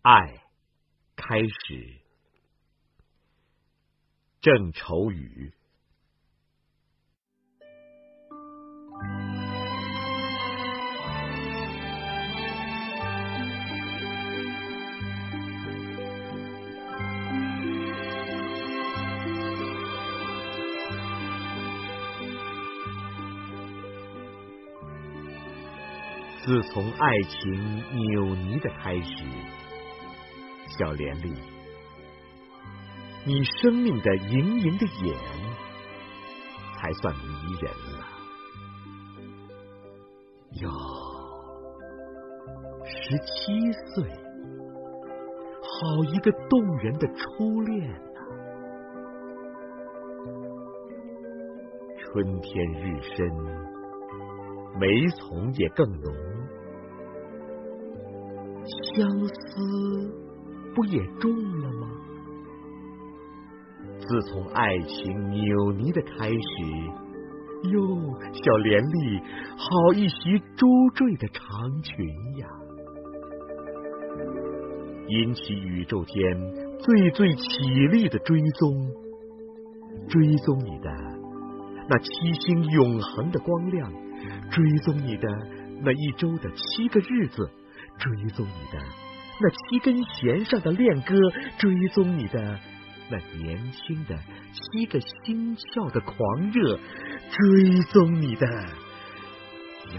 爱开始。郑愁予。自从爱情扭捏的开始，小莲丽，你生命的盈盈的眼才算迷人了。哟，17岁，好一个动人的初恋啊！春天日深，梅丛也更浓，相思不也重了吗？自从爱情扭捏的开始，哟，小莲丽，好一袭珠缀的长裙呀！引起宇宙间最最绮丽的追踪，追踪你的那7星永恒的光亮，追踪你的那一周的7个日子，追踪你的那7根弦上的恋歌，追踪你的那年轻的7个心跳的狂热，追踪你的哟，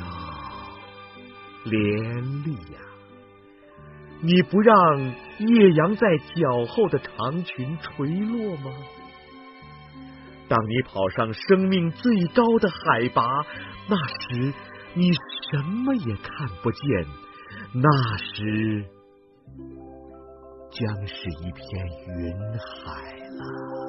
莲丽呀，你不让叶阳在脚后的长裙垂落吗？当你跑上生命最高的海拔，那时你什么也看不见，那时将是一片云海了。